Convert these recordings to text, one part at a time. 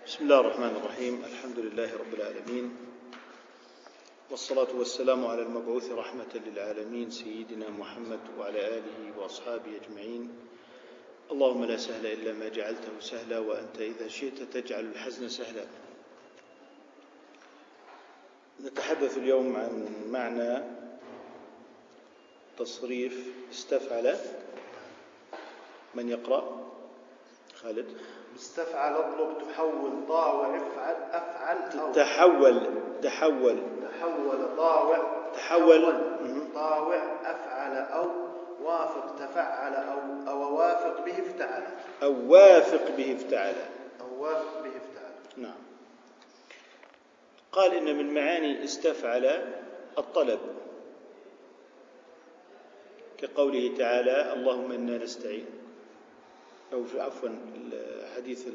بسم الله الرحمن الرحيم. الحمد لله رب العالمين، والصلاة والسلام على المبعوث رحمة للعالمين سيدنا محمد وعلى آله وأصحابه أجمعين. اللهم لا سهل إلا ما جعلته سهلا، وأنت إذا شئت تجعل الحزن سهلا. نتحدث اليوم عن معنى تصريف استفعل. من يقرأ؟ خالد. استفعل اطلب تحول طاوع افعل أو تحول طاوع أفعل أو وافق تفعل أو وافق به افتعل أو وافق به افتعل. نعم. قال إن من معاني استفعل الطلب، كقوله تعالى اللهم إنا نستعين، أو عفوا حديث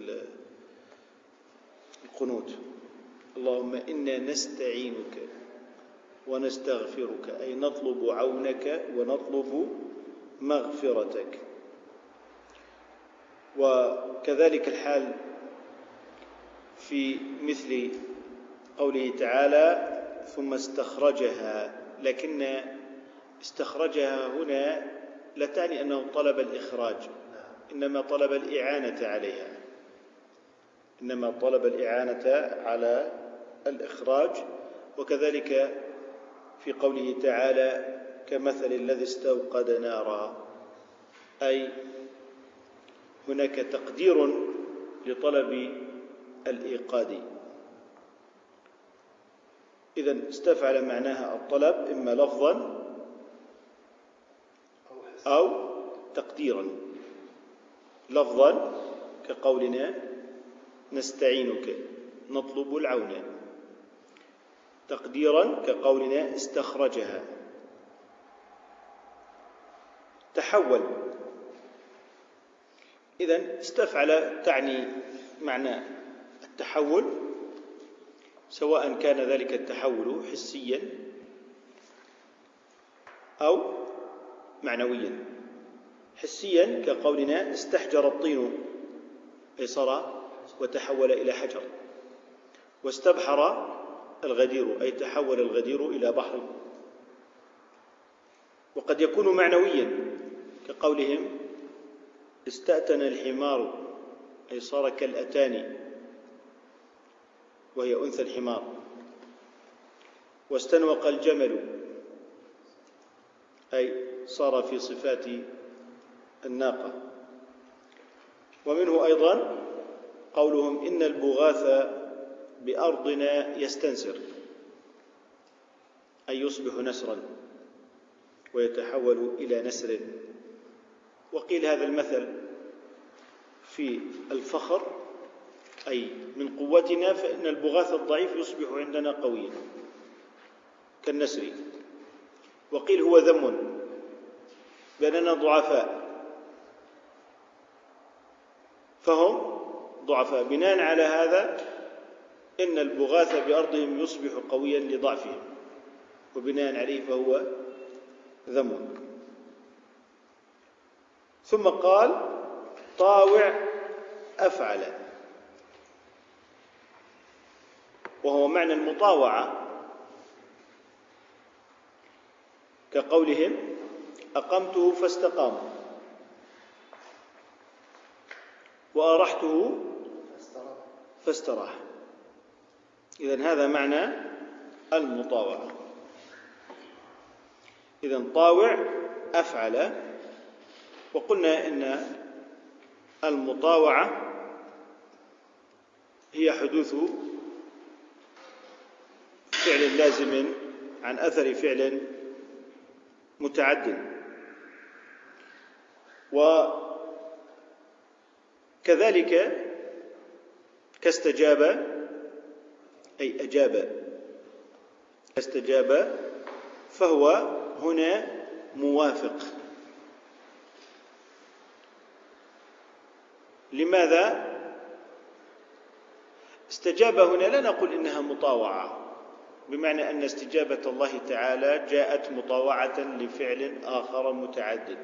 القنوت، اللهم إنا نستعينك ونستغفرك، أي نطلب عونك ونطلب مغفرتك. وكذلك الحال في مثل قوله تعالى ثم استخرجها، لكن استخرجها هنا لا تعني أنه طلب الإخراج، إنما طلب الإعانة عليها، إنما طلب الإعانة على الإخراج. وكذلك في قوله تعالى كمثل الذي استوقد نارا، أي هناك تقدير لطلب الإيقاد. إذن استفعل معناها الطلب إما لفظا أو تقديرا. لفظا كقولنا نستعينك نطلب العون، تقديرا كقولنا استخرجها. تحول، إذن استفعل تعني معنى التحول، سواء كان ذلك التحول حسيا أو معنويا. حسيا كقولنا استحجر الطين، أي صار وتحول إلى حجر. واستبحر الغدير، أي تحول الغدير إلى بحر. وقد يكون معنويا كقولهم استأتن الحمار، أي صار كالأتان وهي أنثى الحمار. واستنوق الجمل، أي صار في صفات الناقة. ومنه أيضا قولهم إن البغاث بأرضنا يستنسر، أي يصبح نسرا ويتحول إلى نسر. وقيل هذا المثل في الفخر، أي من قوتنا، فإن البغاث الضعيف يصبح عندنا قويا كالنسر. وقيل هو ذم بأننا ضعفاء، فهم ضعفاء. بناء على هذا إن البغاث بأرضهم يصبح قويا لضعفهم، وبناء عليه فهو ذم. ثم قال طاوع أفعل، وهو معنى المطاوعة، كقولهم أقمته فاستقام وأرحته فاستراح. إذن هذا معنى المطاوعة. إذن طاوع أفعل. وقلنا إن المطاوعة هي حدوث فعل لازم عن أثر فعل متعد. وكذلك كاستجاب، أي أجاب، كاستجاب، فهو هنا موافق. لماذا استجاب هنا؟ لا نقول إنها مطاوعة، بمعنى أن استجابة الله تعالى جاءت مطاوعة لفعل آخر متعدد،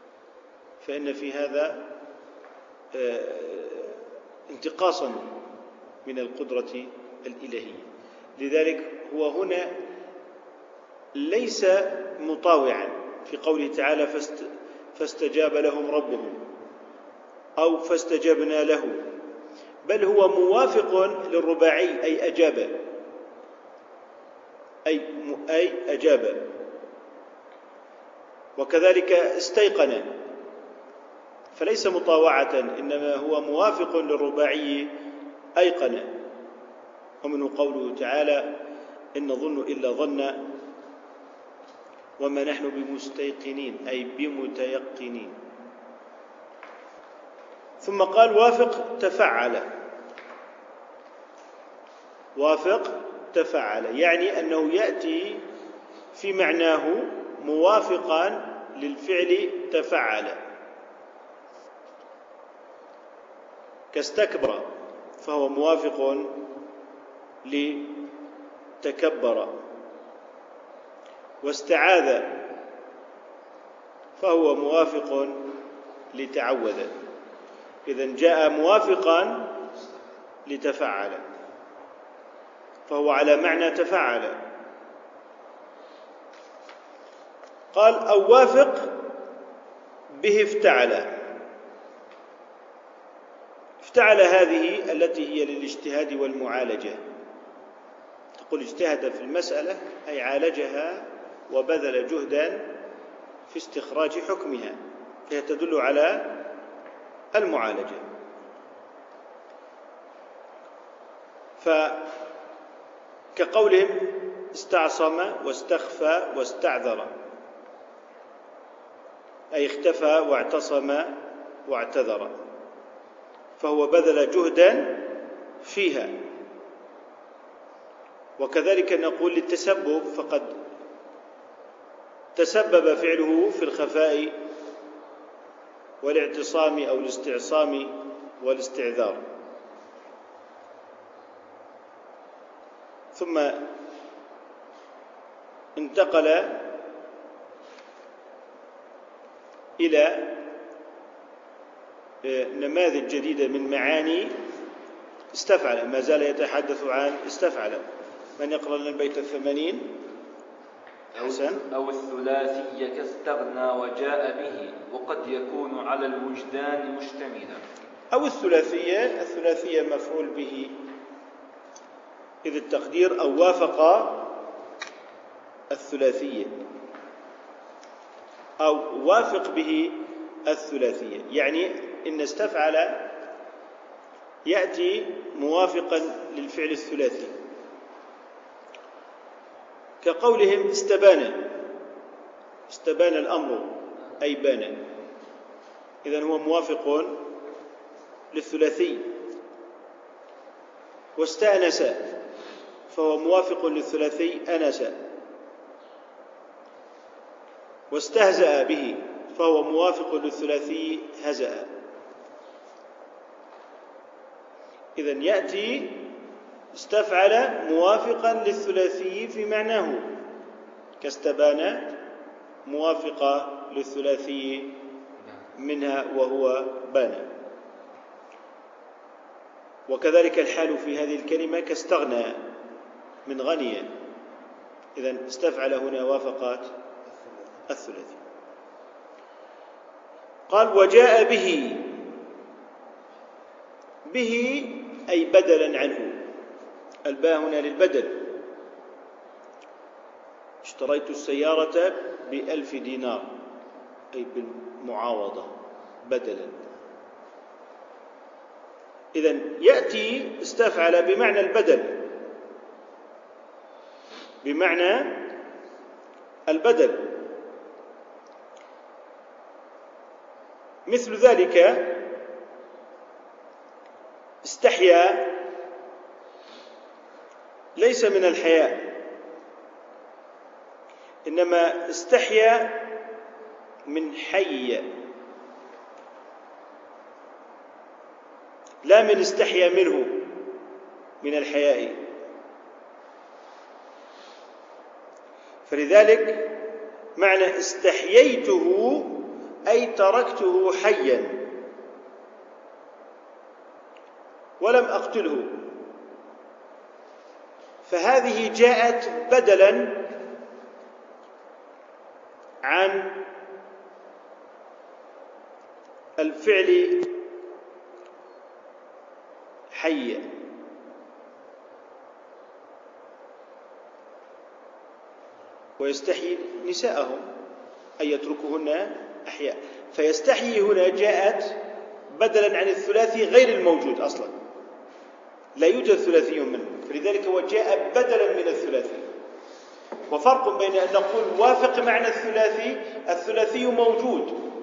فإن في هذا انتقاصا من القدرة الإلهية. لذلك هو هنا ليس مطاوعا في قوله تعالى فاستجاب لهم ربهم أو فاستجبنا له، بل هو موافق للرباعي أي أجاب، أي أجاب. وكذلك استيقن، فليس مطاوعة، إنما هو موافق للرباعي أيقن. ومنه قوله تعالى إن نظن إلا ظنا وما نحن بمستيقنين أي بمتيقنين. ثم قال وافق تفعل. وافق تفعل يعني أنه يأتي في معناه موافقا للفعل تفعل، كاستكبر فهو موافق لتكبر، واستعاذ فهو موافق لتعوذ. إذن جاء موافقا لتفعل، فهو على معنى تفعل. قال أو وافق به افتعل. افتعل هذه التي هي للاجتهاد والمعالجة. تقول اجتهد في المسألة أي عالجها وبذل جهدا في استخراج حكمها، فهي تدل على المعالجة. فكقولهم استعصم واستخفى واستعذر، أي اختفى واعتصم واعتذر، فهو بذل جهدا فيها. وكذلك نقول للتسبب، فقد تسبب فعله في الخفاء والاعتصام أو الاستعصام والاستعذار. ثم انتقل إلى نماذج جديدة من معاني استفعل، ما زال يتحدث عن استفعل. من يقرأ لنا البيت 80؟ أو الثلاثي كاستغنى وجاء به، وقد يكون على الوجدان مشتملا. أو الثلاثية مفعول به، إذ التقدير أو وافق الثلاثية أو وافق به الثلاثية، يعني إن استفعل يأتي موافقا للفعل الثلاثي، كقولهم استبان الأمر أي بان. إذن هو موافق للثلاثي. واستأنس فهو موافق للثلاثي أنس. واستهزأ به فهو موافق للثلاثي هزأ. إذن يأتي استفعل موافقا للثلاثي في معناه، كاستبان موافقة للثلاثي منها وهو بان. وكذلك الحال في هذه الكلمة كاستغنى من غني. إذن استفعل هنا وافقات الثلاثي. قال وجاء به أي بدلا عنه. الباء هنا للبدل. اشتريت السيارة ب1000 دينار أي بالمعاوضة بدلا. إذن يأتي استفعل بمعنى البدل، بمعنى البدل. مثل ذلك استحيا ليس من الحياء، إنما استحيا من حي، لا من استحيا منه من الحياء. فلذلك معنى استحييته أي تركته حيا ولم أقتله، فهذه جاءت بدلا عن الفعل حي، ويستحيي نساءهم أن يتركوهن أحياء، فيستحيي هنا جاءت بدلا عن الثلاثي غير الموجود أصلا، لا يوجد ثلاثي منه، فلذلك هو جاء بدلا من الثلاثي. وفرق بين أن نقول وافق معنى الثلاثي، الثلاثي موجود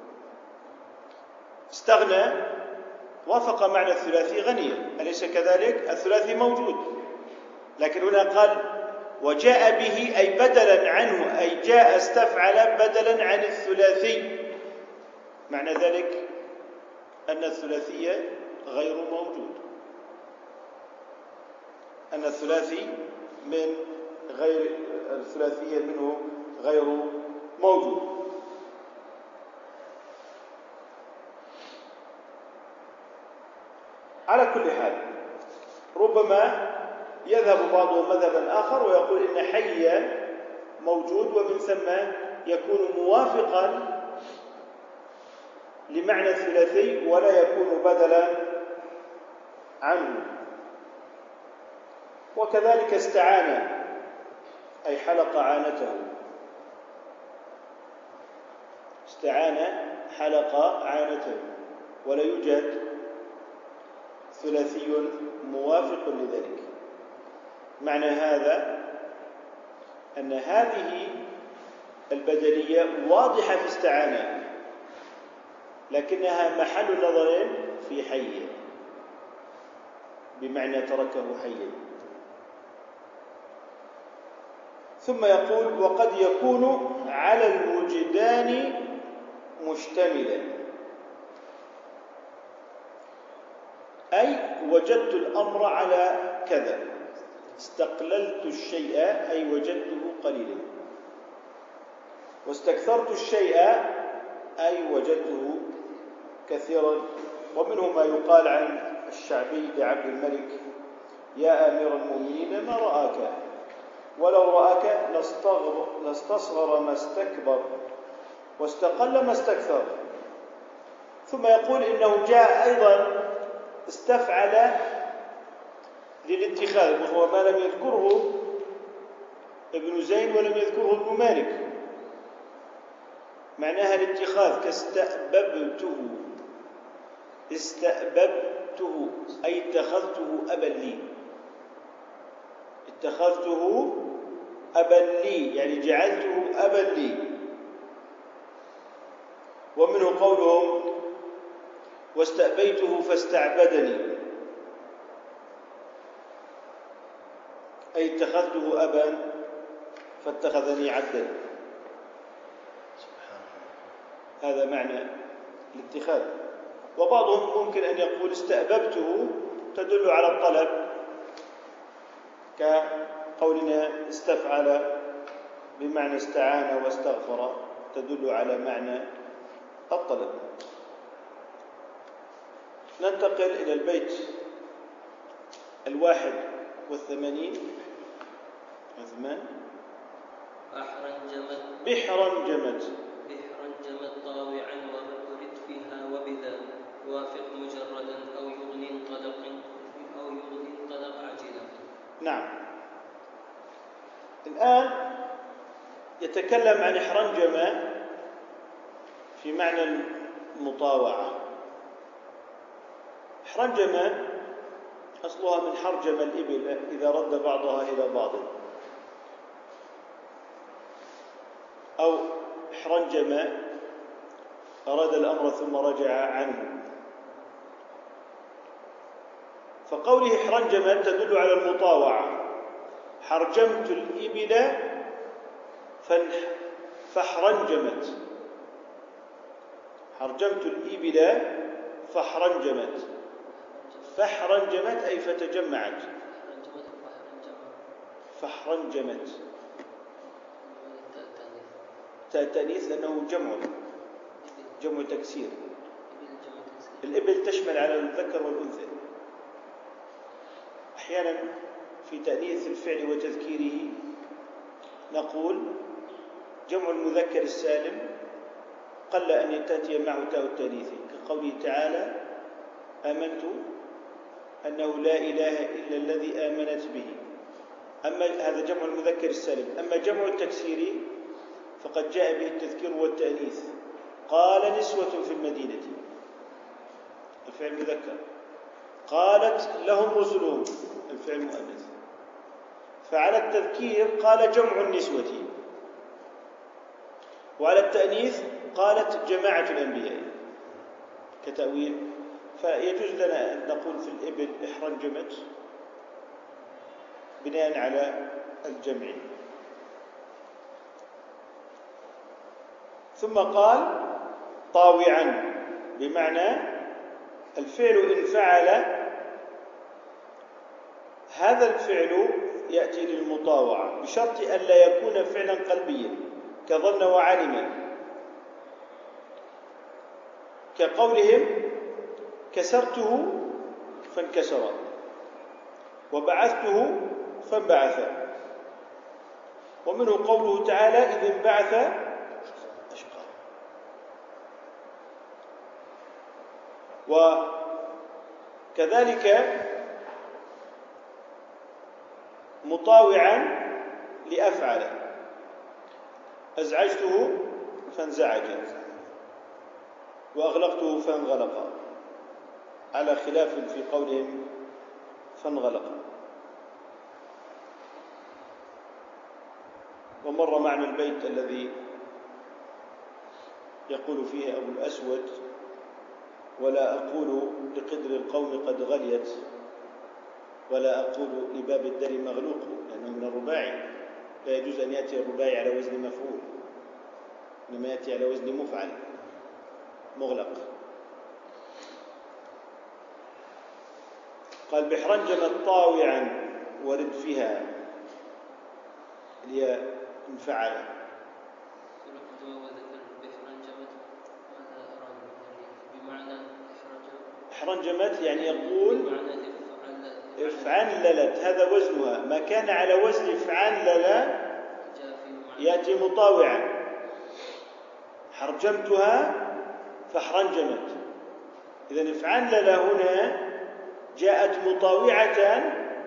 استغنى، وافق معنى الثلاثي غنيا، أليس كذلك؟ الثلاثي موجود، لكن هنا قال وجاء به أي بدلا عنه، أي جاء استفعل بدلا عن الثلاثي، معنى ذلك أن الثلاثي غير موجود، أن الثلاثي من غير الثلاثية منه غير موجود. على كل حال ربما يذهب بعضهم مذهبا آخر ويقول إن حيا موجود، ومن ثم يكون موافقا لمعنى الثلاثي ولا يكون بدلا عنه. وكذلك استعان أي حلق عانته، استعان حلق عانته، ولا يوجد ثلاثي موافق لذلك. معنى هذا أن هذه البدلية واضحة في استعانة، لكنها محل نظر في حي، بمعنى تركه حيا. ثم يقول وقد يكون على الوجدان مشتملا، أي وجدت الأمر على كذا، استقللت الشيء أي وجدته قليلا، واستكثرت الشيء أي وجدته كثيرا. ومنه ما يقال عن الشعبي لعبد الملك يا أمير المؤمنين ما رآك، ولو رآك لاستصغر ما استكبر واستقل ما استكثر. ثم يقول إنه جاء أيضا استفعل للاتخاذ، وهو ما لم يذكره ابن زين ولم يذكره ابن مالك، معناها الاتخاذ كاستأببته، استأببته أي اتخذته أبا لي، اتخذته أبا لي يعني جعلته أبا لي. ومنه قولهم واستأبيته فاستعبدني، أي اتخذته أبا فاتخذني عبدا. هذا معنى الاتخاذ. وبعضهم ممكن أن يقول استأببته تدل على الطلب، كقولنا استفعل بمعنى استعان واستغفر تدل على معنى الطلب. ننتقل إلى البيت 81. عثمان بحرا جمت طاوعا ورد فيها وبذا وافق مجردا أو يغني انطلق عجلا. نعم. الآن يتكلم عن حرنجم في معنى المطاوعة. حرنجم أصلها من حرجم الإبل إذا رد بعضها إلى بعض، أو حرنجم أراد الأمر ثم رجع عنه. فقوله حرنجم تدل على المطاوعة. حرجمت الإبل فاحرنجمت، حرجمت الإبل فاحرنجمت، فاحرنجمت أي فتجمعت، فاحرنجمت تأنيث لأنه جمع تكسير. الإبل تشمل على الذكر والأنثى. أحيانا في تأنيث الفعل وتذكيره نقول جمع المذكر السالم قل أن تأتي معه تاء التأنيث، كقوله تعالى آمنت أنه لا إله إلا الذي آمنت به. أما هذا جمع المذكر السالم. أما جمع التكسير فقد جاء به التذكير والتأنيث. قال نسوة في المدينة، الفعل مذكر. قالت لهم رسلهم، الفعل مؤنث. فعلى التذكير قال جمع النسوة، وعلى التأنيث قالت جماعة الأنبياء كتأويل. فيجوز لنا أن نقول في الإبل احرنجمت بناء على الجمع. ثم قال طاوعا، بمعنى الفعل إن فعل، هذا الفعل يأتي للمطاوعة بشرط أن لا يكون فعلا قلبيا كظن وعلم، كقولهم كسرته فانكسر وبعثته فانبعث. ومنه قوله تعالى إذ انبعث أشقاه. وكذلك مطاوعا لأفعل، أزعجته فانزعج وأغلقته فانغلق، على خلاف في قولهم فانغلق. ومر معنا البيت الذي يقول فيه أبو الأسود ولا أقول لقدر القوم قد غليت ولا أقول لباب الدر مغلوق، لأنه من الرباعي، لا يجوز أن يأتي الرباعي على وزن مفعول، إنما يأتي على وزن مفعل مغلق. قال بحرنجمت طاوعا وردفها، اللي هي انفعل. احرنجمت يعني يقول افعنللت، هذا وزنها، ما كان على وزن افعنلل يأتي مطاوعا. حرجمتها فاحرنجمت، إذن افعنلل هنا جاءت مطاوعة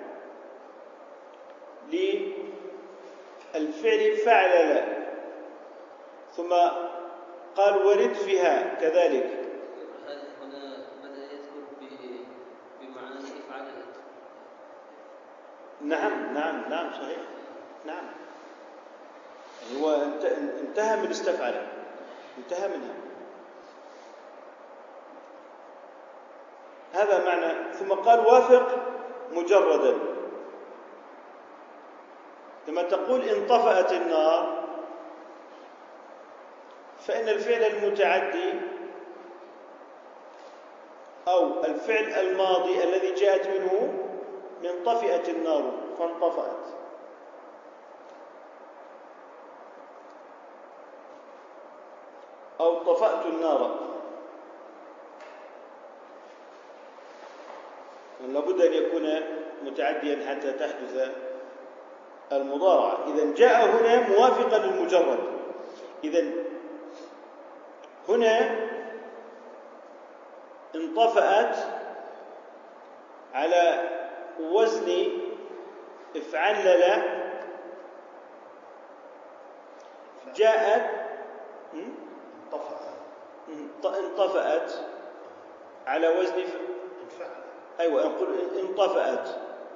للفعل فعلل. ثم قال وردفها كذلك. هنا بدأ يذكر بمعنى افعلت. نعم صحيح، نعم. هو انتهى من استفعل، انتهى منها. هذا معنى. ثم قال وافق مجردا، لما تقول انطفأت النار فإن الفعل المتعدي أو الفعل الماضي الذي جاءت منه من طفئت النار فانطفأت، أو طفأت النار، لابد أن يكون متعديا حتى تحدث المضارعة. إذن جاء هنا موافقا للمجرد. إذن هنا انطفأت على وزن افعنلل، جاءت انطفأت على وزن انفعل. أيوة، نقول انطفأت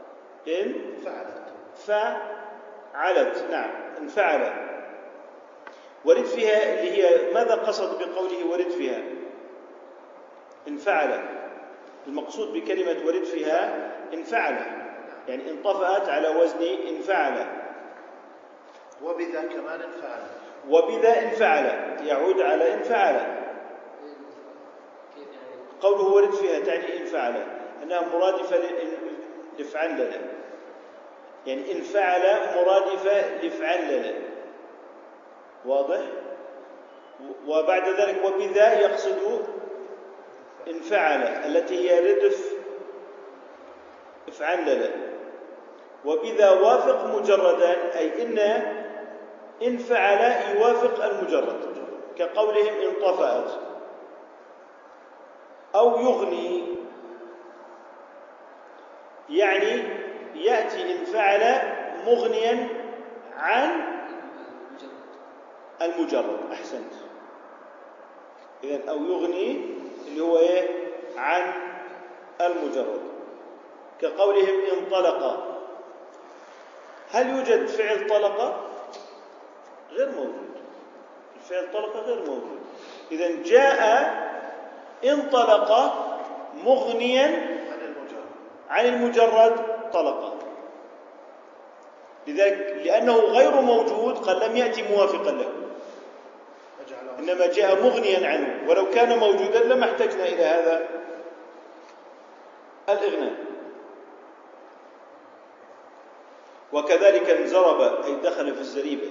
فعلت. نعم، انفعل. وردفها اللي هي ماذا قصد بقوله وردفها؟ انفعل. المقصود بكلمة وردفها انفعل، يعني انطفأت على وزن انفعل. وبذا كمان انفعل. وبذا انفعل يعود على انفعل. قوله وردفها تعني انفعل، أنها مرادفة لافعنلل، يعني انفعل مرادفة لافعنلل. واضح؟ وبعد ذلك وبذا يقصد انفعل التي هي ردف افعنلل. وبذا وافق مجردا، أي إن فعل يوافق المجرد، كقولهم انطفأت، أو يغني، يعني يأتي إن فعل مغنيا عن المجرد. أحسنت. إذن أو يغني اللي هو عن المجرد، كقولهم انطلق. هل يوجد فعل طلق؟ غير موجود. الفعل طلق غير موجود. إذن جاء انطلق مغنيا عن المجرد طلق، لذلك لأنه غير موجود قد لم يأتي موافقا له، إنما جاء مغنيا عنه، ولو كان موجودا لما احتجنا إلى هذا الإغناء. وكذلك انزرب أي دخل في الزريبة.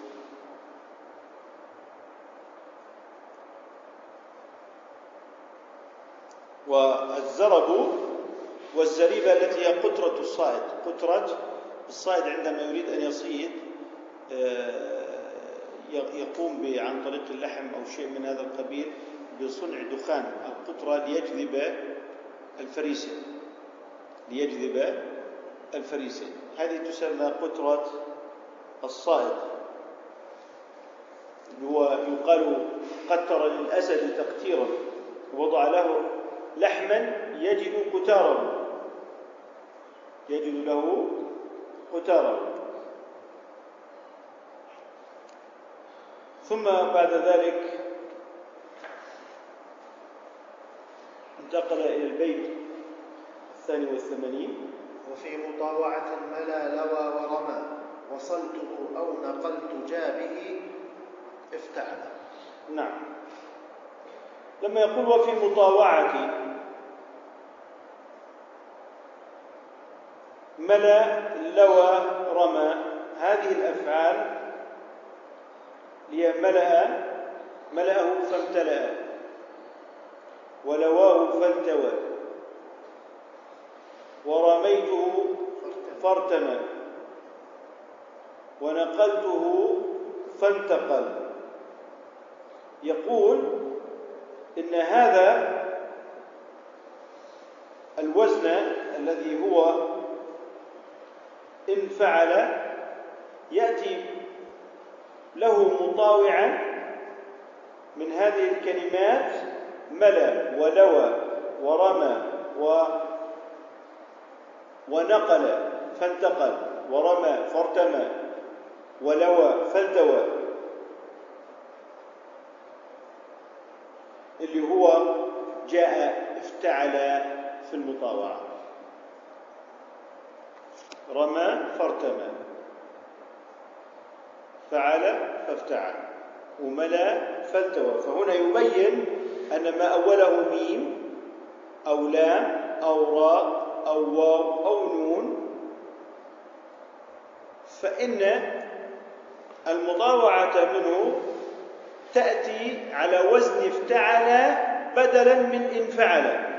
والزرب والزريبة التي هي قطرة الصائد، قطرة الصائد عندما يريد أن يصيد يقوم عن طريق اللحم أو شيء من هذا القبيل بصنع دخان القطرة ليجذب الفريسة، هذه تسمى قطرة الصائد. هو يقال قتر للأسد تقتيرا، وضع له لحما يجد له قتارا. ثم بعد ذلك انتقل إلى البيت 82. وفي مطاوعة ملا لوى ورمى وصلته أو نقلت جابه افتعل. نعم. لما يقول وفي مطاوعة ملا لوى رمى، هذه الأفعال هي ملأه فامتلأ، ولواه فالتوى، ورميته فارتمى، ونقلته فانتقل. يقول إن هذا الوزن الذي هو إن فعل يأتي له مطاوعا من هذه الكلمات ملا ولوى ورمى ونقل فانتقل، ورمى فارتمى، ولوى فالتوى، اللي هو جاء افتعل في المطاوعة. رمى فارتمى، فعل فافتعل، وملا فالتوى. فهنا يبين أن ما أوله ميم أو لام أو راء أو واو أو نون، فإن المطاوعة منه تأتي على وزن افتعل بدلا من انفعل.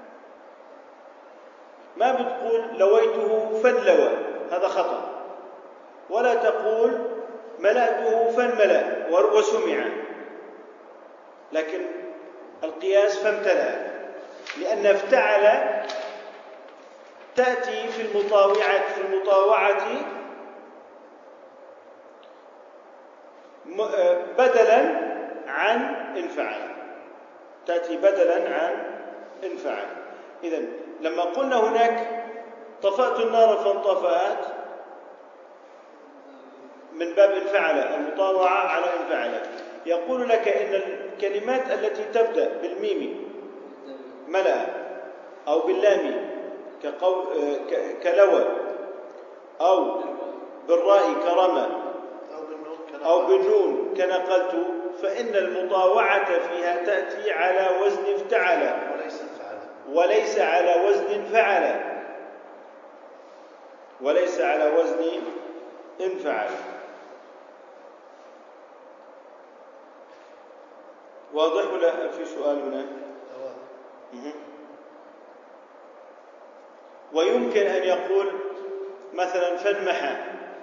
ما بتقول لويته فانلوى، هذا خطأ، ولا تقول ملأته فانملأ وسمع، لكن القياس فامتلأ، لأن افتعل تأتي في المطاوعة بدلا عن انفعل، تأتي بدلا عن انفعل. إذن لما قلنا هناك طفأت النار فانطفأت من باب انفعل، المطاوعة على انفعل، يقول لك إن الكلمات التي تبدأ بالميم ملأ أو باللام كلوى، أو بالراء كرمى، أو بالنون كنقلت، فإن المطاوعة فيها تأتي على وزن افتعل وليس على وزن فعل، وليس على وزن انفعل. واضح ولا في سؤال هنا؟ ويمكن أن يقول مثلا فانمحى،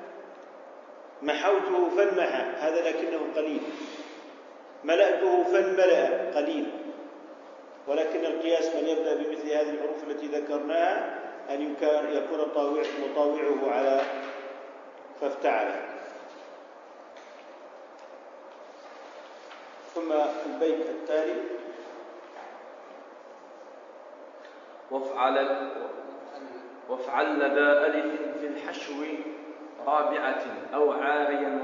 محوته فانمحى، هذا لكنه قليل. ملأته فانملأ، قليل. ولكن القياس من يبدأ بمثل هذه الحروف التي ذكرناها أن يكون مطاوعه على فافتعل. ثم البيت التالي: وافعل ذا ألف في الحشو رابعة أو عاريا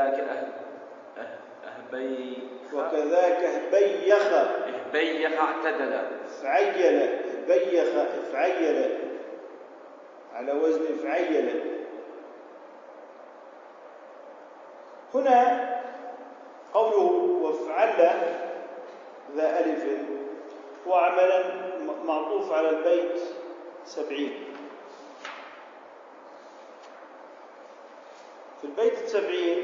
وكذاك اهبيخ اعتدل. افعيل، بيخ، افعيل، على وزن افعيل. هنا قوله وافعل ذا ألف هو عملا معطوف على البيت 70. في البيت 70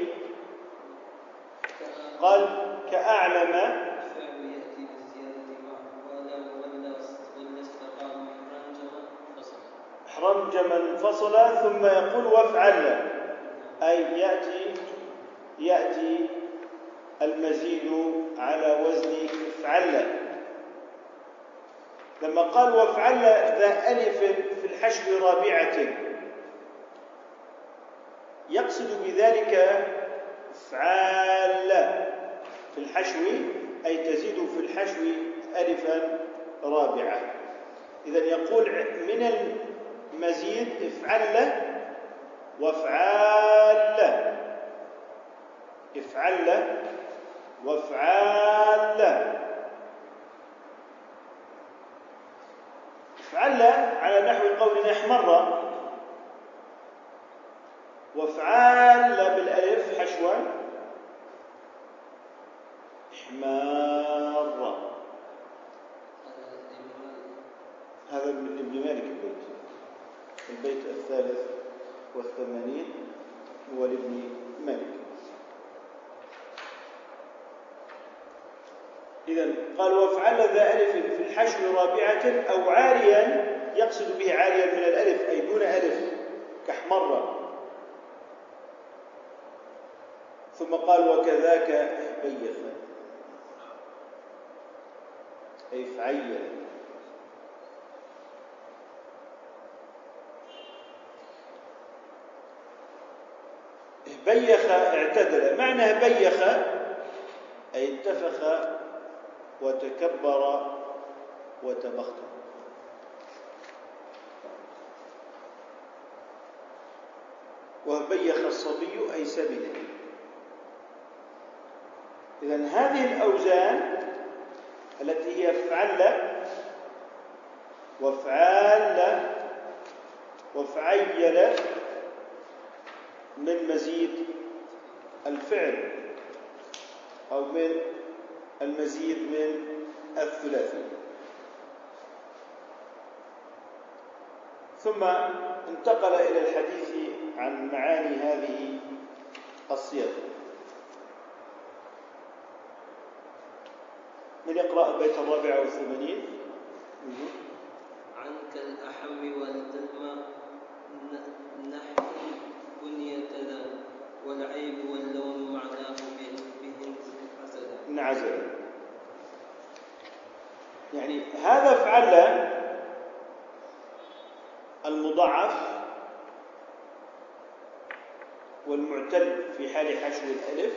قال كأعلم، الفعل يأتي بالزيادة ولا استقام محرمجما فصلا، ثم يقول وافعل، أي يأتي المزيد على وزن افعل. لما قال وافعل ذا ألف في الحشو رابعة يقصد بذلك افعال في الحشو، أي تزيد في الحشو ألفا رابعة. إذن يقول من المزيد افعل وافعال، افعل وافعال. افعل على نحو قولنا احمر، وافعال بالالف حشوا احمار. هذا من ابن مالك البيت 83 هو لابن مالك. إذن قال وافعل ذا ألف في الحشو رابعة أو عاريا، يقصد به عاريا من الألف أي دون ألف كاحمر. ثم قال وكذاك بيخ أي فعيل. بيخ اعتدل، معنى بيخ أي انتفخ وتكبر وتبختر. وبيخ الصبي أي سبل. إذن هذه الأوزان التي هي افعل وافعال وافعيل من مزيد الفعل أو من المزيد من الثلاثي. ثم انتقل إلى الحديث عن معاني هذه الصيغ. من يقرأ البيت 84؟ عنك الأحم والدم نحو بنية ذا والعيب واللون معناه بهن انعزل. يعني هذا افعل المضاعف والمعتل في حال حشو الألف،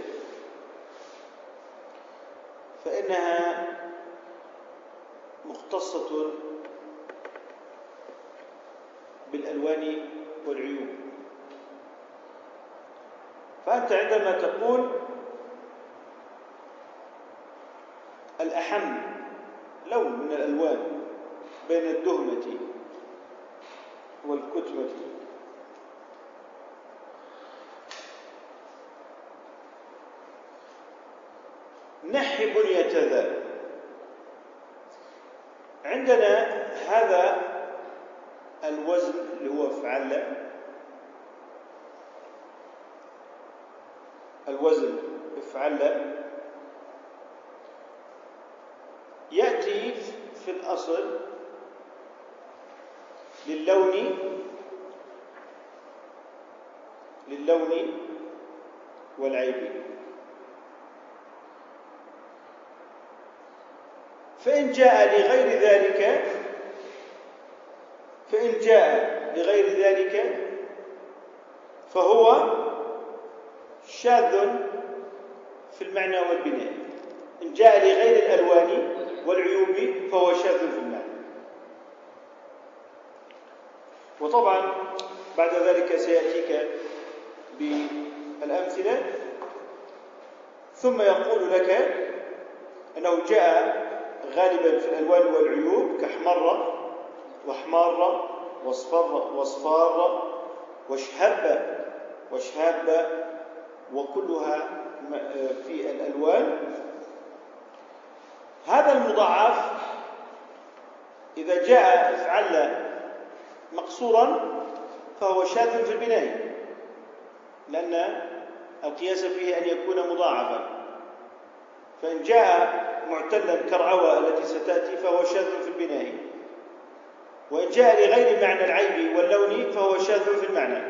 فإنها مختصة بالألوان والعيوب. فأنت عندما تقول الأحم لون من الألوان بين الدهمة والكتمة، نحي بنية ذا، عندنا هذا الوزن اللي هو افعل، الوزن افعل يأتي في الأصل للون للون والعيب. فإن جاء لغير ذلك فهو شاذ في المعنى والبناء. إن جاء لغير الألوان والعيوب فهو شاذ في المعنى. وطبعا بعد ذلك سيأتيك بالأمثلة، ثم يقول لك أنه جاء غالبا في الألوان والعيوب كأحمر وأحمر واصفار وشهاب وكلها في الألوان. هذا المضاعف إذا جاء افعل مقصورا فهو شاذ في البناء، لأن القياس فيه أن يكون مضاعفا. فإن جاء معتلا كالرعوى التي ستأتي فهو شاذ في البناء، وإن جاء لغير معنى العيب واللون فهو شاذ في المعنى،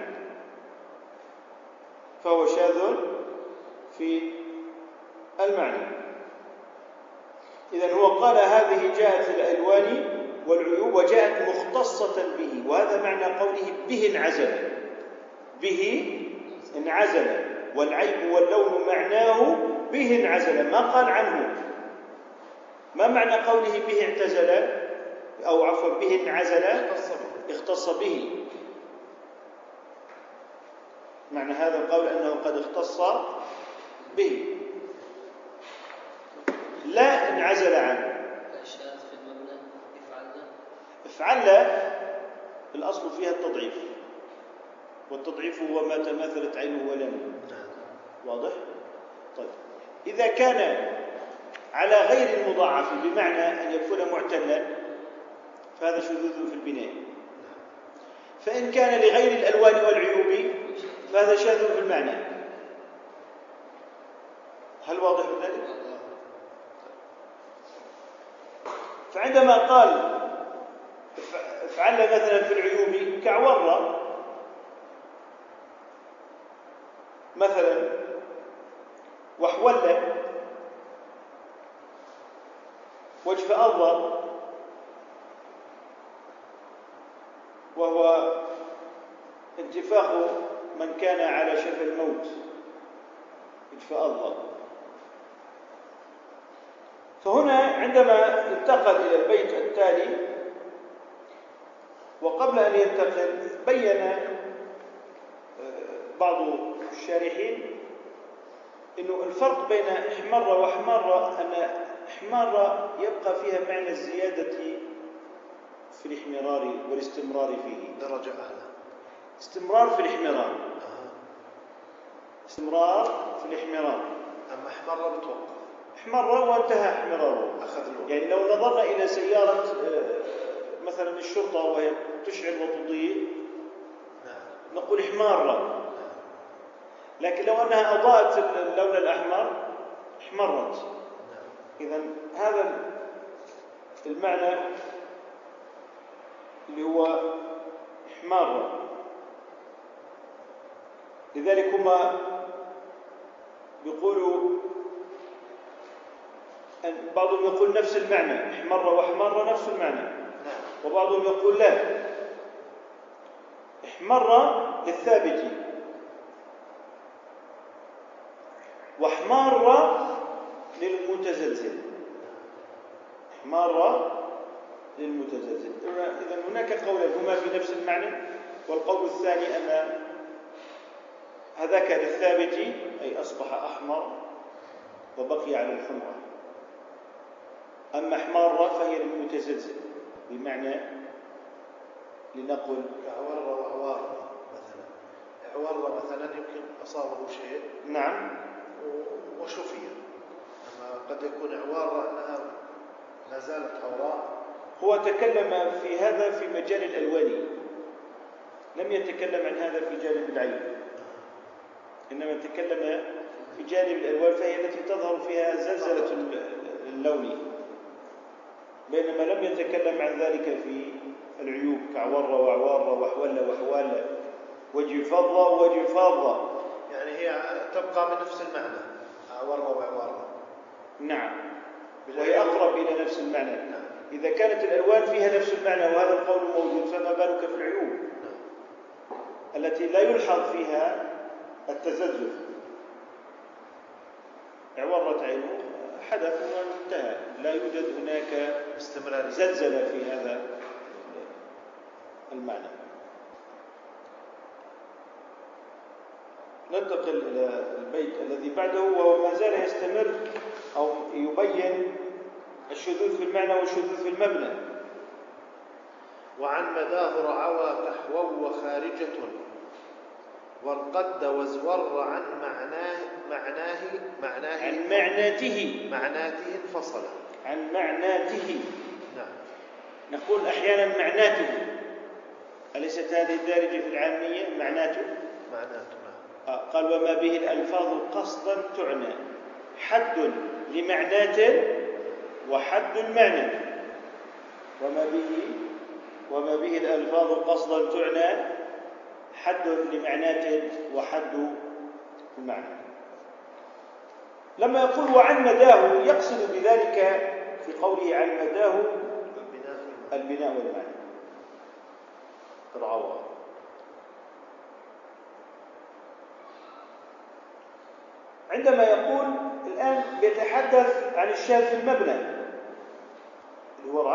فهو شاذ في المعنى. إذن هو قال هذه جاءت الألوان والعيوب وجاءت مختصة به، وهذا معنى قوله به انعزل، به انعزل، والعيب واللون معناه به انعزل، ما قال عنه. ما معنى قوله به اعتزل أو عفوا به انعزل؟ اختص به. معنى هذا القول أنه قد اختص به، لا انعزل عنه. الشاذ في المبنى افعل الأصل فيها التضعيف، والتضعيف هو ما تماثلت عينه ولم. واضح؟ طيب إذا كان على غير المضاعف بمعنى أن يكون معتلا فهذا شذوذ في البناء. فإن كان لغير الألوان والعيوب فهذا شاذ في المعنى. هل واضح ذلك؟ فعندما قال افعل مثلا في العيوب كعور مثلا وحول وجف أضر، وهو انتفاخ من كان على شفا الموت، وجف أضر. فهنا عندما انتقل إلى البيت التالي، وقبل أن ينتقل بين بعض الشارحين إنه الفرق بين احمر واحمر أن احمر يبقى فيها معنى الزيادة في الاحمرار والاستمرار فيه، درجة أعلى، استمرار في الاحمرار، استمرار في الاحمرار. أما احمر بتوقف، احمر وانتهى احمراره. يعني لو نظرنا إلى سيارة مثلا الشرطة وهي تشعل وتضيء نقول احمر، لكن لو أنها أضاءت اللون الأحمر احمرت. إذن هذا المعنى اللي هو احمر. لذلك هم بيقولوا بعضهم يقول نفس المعنى، احمر واحمر نفس المعنى، وبعضهم يقول لا، احمر للثابت واحمر للمتزلزل، احمر للمتزلزل. إذن هناك قولان هما في نفس المعنى، والقول الثاني أن هذاك للثابت أي أصبح أحمر وبقي على الحمرة، أما احمر فهي للمتزلزل، بمعنى لنقل كعور وعوار مثلا، عور مثلا يمكن أصابه شيء نعم وشفي، أما قد يكون عوار أنها لا زالت عوراء. هو تكلم في هذا في مجال الألوان، لم يتكلم عن هذا في جانب العين، إنما تكلم في جانب الألوان، فهي التي تظهر فيها زلزلة اللون، بينما لم يتكلم عن ذلك في العيوب كعور وعوار وحول وحوال. وجه فضة ووجه فاضة. يعني هي تبقى من نفس المعنى، عورة وعوارة. نعم، وهي أقرب إلى نفس المعنى. إذا كانت الألوان فيها نفس المعنى وهذا القول موجود، فما بالك في العيوب التي لا يلحظ فيها التزلزل. اعورت عينه، حدث وانتهى، لا يوجد هناك استمرار زلزلة في هذا المعنى. ننتقل إلى البيت الذي بعده، وهو ما زال يستمر أو يبين الشذوذ في المعنى والشذوذ في المبنى. وعن مداه رعوى كحوو وخارجة، وارقد وازور عن معناته انفصل. عن معناته. نعم. نقول أحيانا معناته، أليست هذه الدارجة في العامية؟ معناته. قال وما به الألفاظ قصدا تعنى، حد لمعنات وحد المعنى. وما به الألفاظ قصدا تعنى، حد لمعنات وحد المعنى. لما يقول وعن مداه يقصد بذلك في قوله عن مداه البناء والمعنى. العوض. عندما يقول الآن يتحدث عن الشاذ في المبنى اللي هو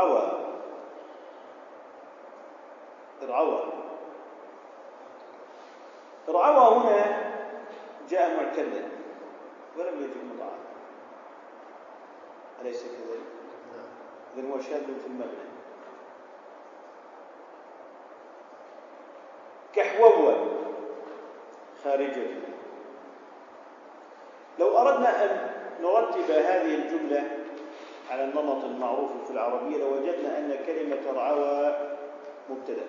الرعوى هنا جاء معتلا ولم يجب مضاعفا، أليس كذلك؟ إذن هو شاذ في المبنى. كحووة خارجة. لو أردنا أن نرتب هذه الجملة على النمط المعروف في العربية لوجدنا أن كلمة رعوى مبتدأ.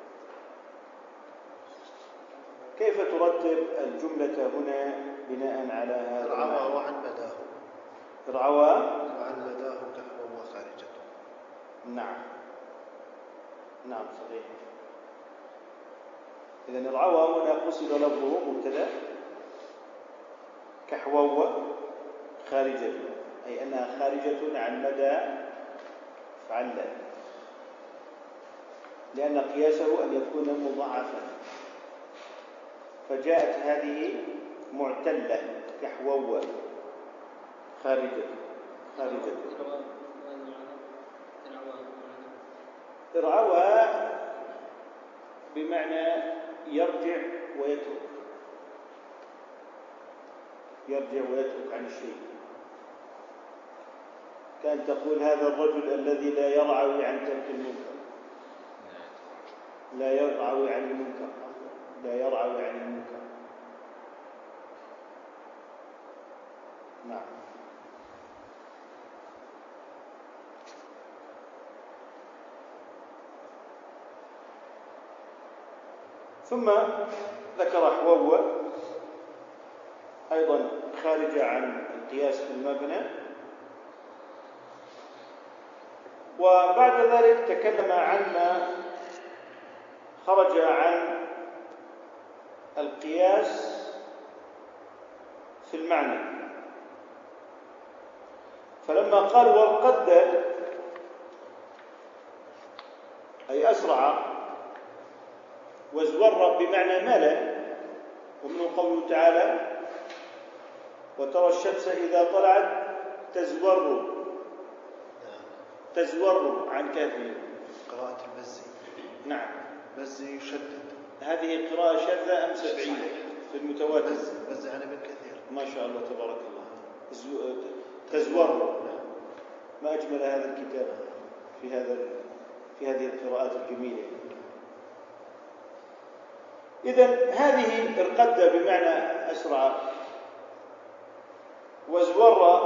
كيف ترتب الجملة هنا بناء على هذا؟ رعوى وعن مداه. رعوى وعن مداه كحووة خارجة. نعم صحيح. إذن الرعوى هنا قصد لفظه مبتدأ، كحووة خارجة، أي أنها خارجة عن مدى فعلا، لأن قياسه أن يكون مضاعفا، فجاءت هذه معتلة كحووة خارجة. رعوى بمعنى يرجع ويترك عن الشيء. كان تقول هذا الرجل الذي لا يرعوي عن ترك المنكر، لا يرعوي عن المنكر. نعم. ثم ذكر حووة أيضا خارجة عن القياس في المبنى، وبعد ذلك تكلم عن ما خرج عن القياس في المعنى. فلما قال وارقد أي أسرع، وازور بمعنى مال، ومن قوله تعالى وترى الشمس إذا طلعت تزور عن كافه. قراءة البزي. نعم. بزي يشدد. هذه قراءة شاذة أم سبعية في المتواتر؟ بزي عن ابن كثير. ما شاء الله تبارك الله. تزور. ما أجمل هذا الكتاب في هذه القراءات الجميلة. إذن هذه ارقد بمعنى أسرع، وازور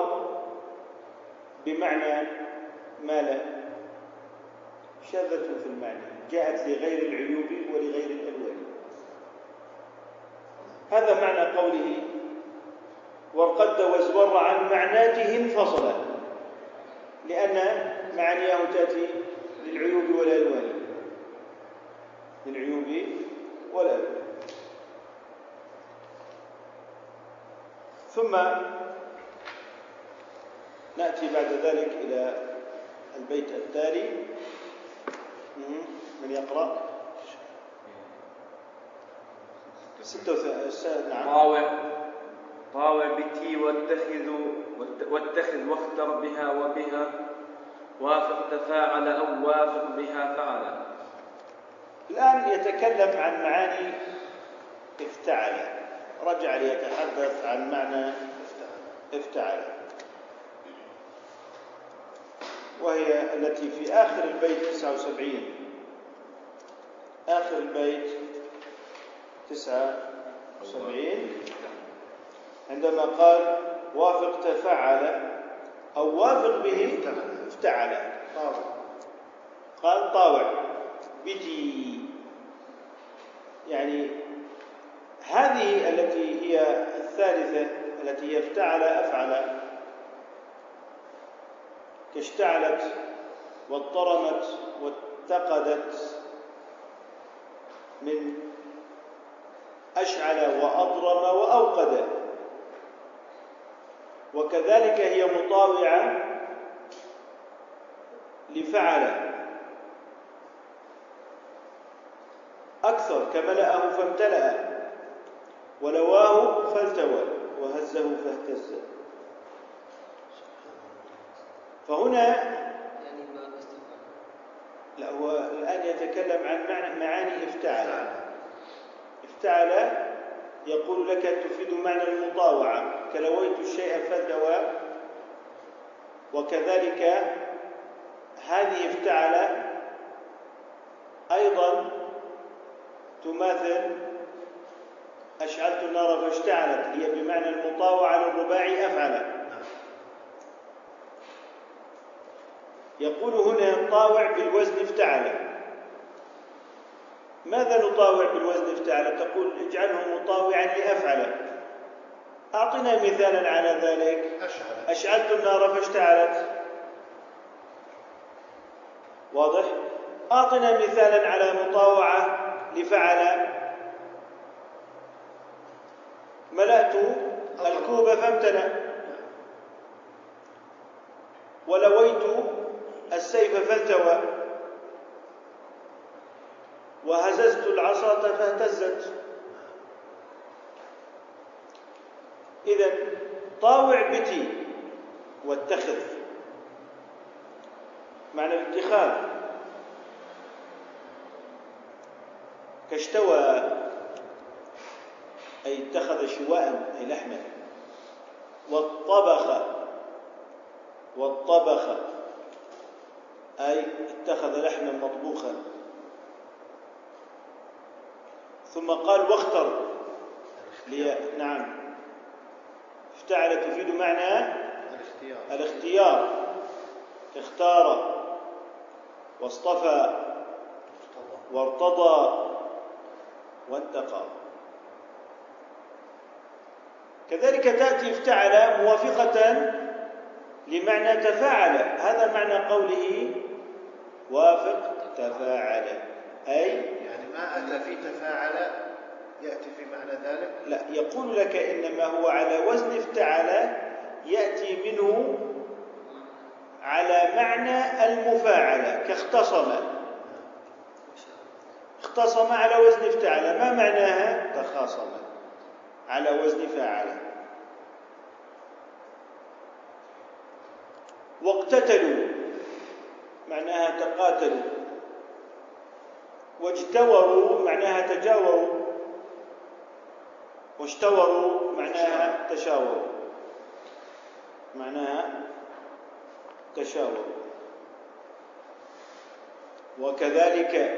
بمعنى مال، شاذة في المعنى، جاءت لغير العيوب ولغير الألوان. هذا معنى قوله وارقد وازور عن معناته انفصلا، لأن معانيه تأتي للعيوب والألوان. ثم نأتي بعد ذلك إلى البيت التالي. من يقرأ؟ 36. نعم. طاوع بتي واتخذ واختر بها وبها وافق تفاعل أو وافق بها فعل. الآن يتكلم عن معاني افتعل، رجع ليتحدث عن معنى افتعل، وهي التي في آخر البيت 79. آخر البيت 79 عندما قال وافق تفعل أو وافق به افتعل، قال طاوع بتي، يعني هذه التي هي الثالثة التي هي افتعل أفعل، كاشتعلت واضطرمت واتقدت، من أشعل وأضرم وأوقد. وكذلك هي مطاوعة لفعل، أكثر كملأه فامتلأ ولواه فالتوى وهزه فاهتز. فهنا يعني ما استفعل. لا، هو الآن يتكلم عن معاني افتعل. افتعل يقول لك تفيد معنى المطاوعة، كلويت الشيء فالتوى، وكذلك هذه افتعل أيضا تماثل أشعلت النار فاشتعلت، هي بمعنى المطاوعة للرباعي أفعل. يقول هنا طاوع بالوزن افتعل. ماذا نطاوع بالوزن افتعل؟ تقول اجعله مطاوعا لأفعل. أعطنا مثالا على ذلك. أشعلت النار فاشتعلت، واضح؟ أعطنا مثالا على مطاوعة لفعل. ملأت الكوب فامتلأ، ولويت السيف فالتوى، وهززت العصا فاهتزت. إذن طاوع بتي واتخذ، معنى الاتخاذ، كاشتوى أي اتخذ شواء أي لحما، والطبخ أي اتخذ لحما مطبوخا. ثم قال واختر نعم، افتعل تفيد معنى الاختيار، اختار واصطفى وارتضى وانتقى. كذلك تأتي افتعل موافقة لمعنى تفاعل، هذا معنى قوله وافق تفاعل، أي يعني ما أتى في تفاعل يأتي في معنى ذلك؟ لا، يقول لك إنما هو على وزن افتعل، يأتي منه على معنى المفاعلة، اختصم على وزن افتعل. ما معناها؟ تخاصم على وزن فاعل. واقتتلوا معناها تقاتلوا، واجتوروا معناها تجاوروا، واشتوروا معناها تشاوروا. وكذلك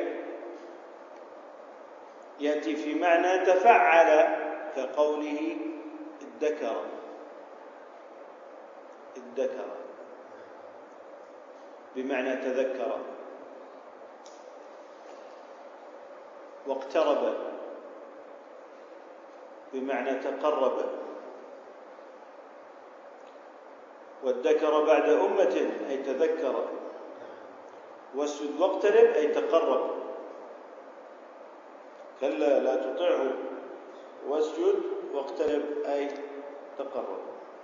يأتي في معنى تفعل، كقوله ادكر بمعنى تذكر. واقترب بمعنى تقرب. وادكر بعد أمة أي تذكر. واسجد واقترب أي تقرب. كلا لا تطعه واسجد واقترب أي تقرب.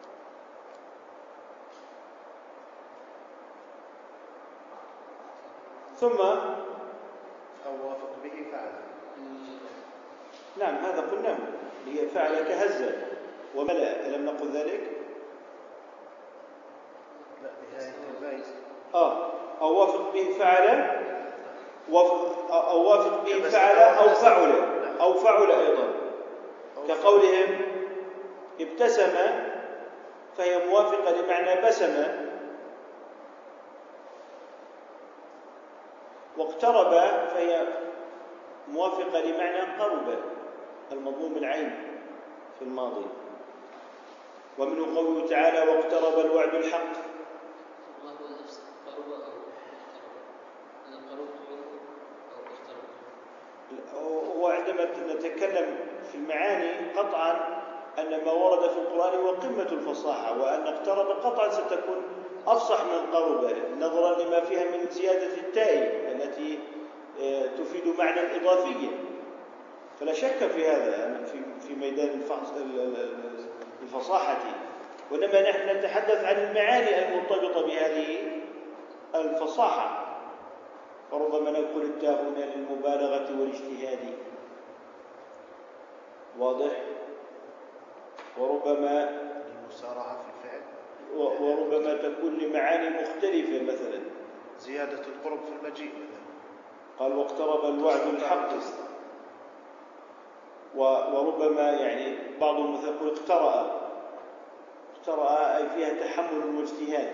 ثم أو وافق به فعل. نعم هذا قلناه، هي فعل كهز وملأ، ألم نقل ذلك؟ لا، نهاية البيت. أو وافق به فعل، أو وافق به فعل أو فعل أيضا، كقولهم ابتسم فهي موافقة لمعنى بسم، واقترب فهي موافقة لمعنى قرب المضموم العين في الماضي. ومنه قوله تعالى واقترب الوعد الحق. ما هو نفس قرب أو اقترب؟ أنا قربت منه أو اقتربت. هو عندما نتكلم في المعاني قطعا أن ما ورد في القرآن هو قمة الفصاحة، وأن اقترب قطعا ستكون أفصح من قرب، نظرا لما فيها من زيادة التاء التي تفيد معنى إضافيا، فلا شك في هذا في ميدان الفصاحة. وإنما نحن نتحدث عن المعاني المرتبطة بهذه الفصاحة، فربما نقول التاء هنا للمبالغة والاجتهاد، واضح؟ وربما المسارعة في الفعل، وربما تكون لمعاني مختلفة، مثلا زيادة القرب في المجيء. قال واقترب الوعد الحق، وربما يعني بعضهم يقول اقترأ أي فيها تحمل واجتهاد،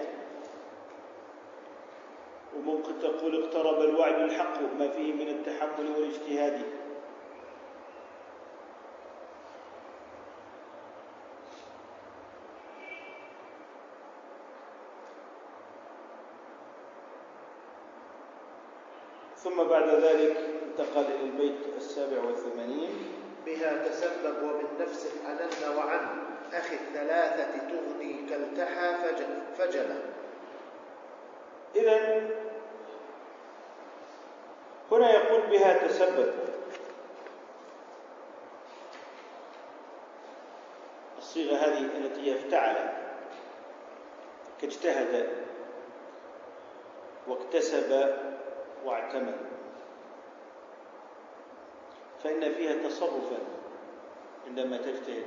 وممكن تقول اقترب الوعد الحق ما فيه من التحمل والاجتهاد. ثم بعد ذلك انتقل إلى البيت 87. بها تسبب وبالنفس افعلن وعن أخي الثلاثة تغني كالتحى فجلا. إذن هنا يقول بها تسبب، الصيغة هذه التي افتعل كاجتهد واكتسب واعتمد، فإن فيها تصرفا عندما تجتهد،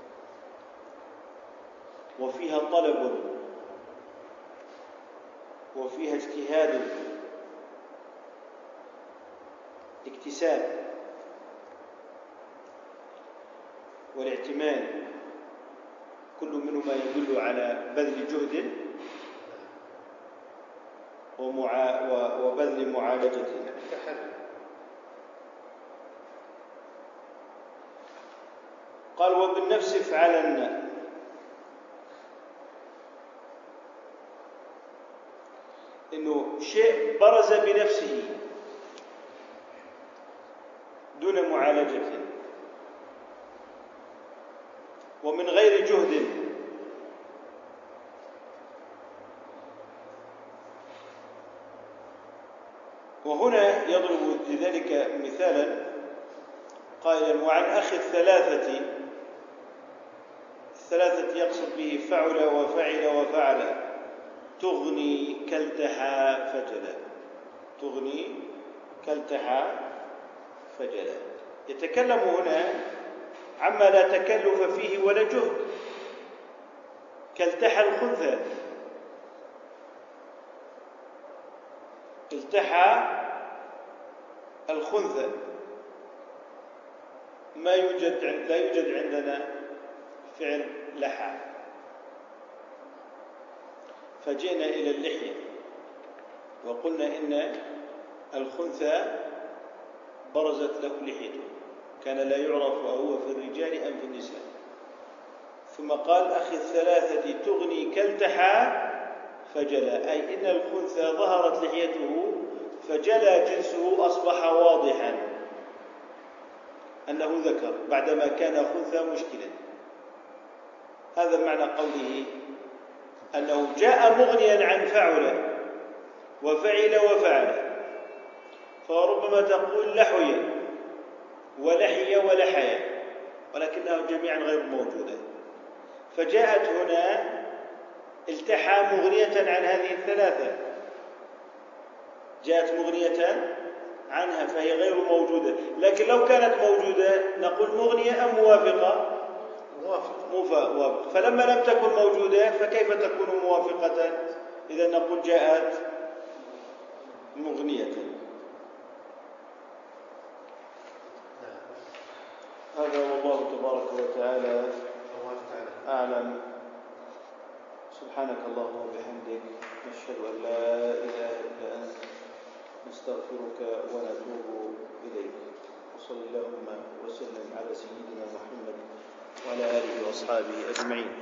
وفيها طلب، وفيها اجتهاد، اكتساب والاعتماد، كل منهما يدل على بذل جهد وبذل معالجة. قال وبالنفس افعلن، إنه شيء برز بنفسه دون معالجة ومن غير جهد، وهنا يضرب لذلك مثالا قائلا وعن أخي الثلاثة يقصد به فعل وفعل وفعل، تغني كالتحى فجلا، تغني كالتحى فجلا. يتكلم هنا عما لا تكلف فيه ولا جهد، كالتحى الخنثى، التحى الخنثى لا يوجد عندنا فعل لحى، فجئنا إلى اللحية وقلنا إن الخنثى برزت له لحيته، كان لا يعرف أهو في الرجال أم في النساء. ثم قال أخي الثلاثة تغني كالتحى فجلا، أي إن الخنثى ظهرت لحيته فجلى جنسه، أصبح واضحا أنه ذكر بعدما كان خنثى مشكلا. هذا معنى قوله أنه جاء مغنيا عن فعل وفعل وفعل، فربما تقول لحي ولحي ولحي، ولكنها جميعا غير موجودة، فجاءت هنا التحى مغنية عن هذه الثلاثة، جاءت مغنية عنها فهي غير موجودة. لكن لو كانت موجودة نقول مغنية أم موافقة؟ موافقة. فلما لم تكن موجودة فكيف تكون موافقة؟ إذا نقول جاءت مغنية. هذا والله تبارك وتعالى أعلم. سبحانك اللهم وبحمدك، نشهد أن لا إله إلا أنت، نستغفرك ونتوب إليك. وصلى اللهم وسلم على سيدنا محمد وعلى آله وأصحابه أجمعين.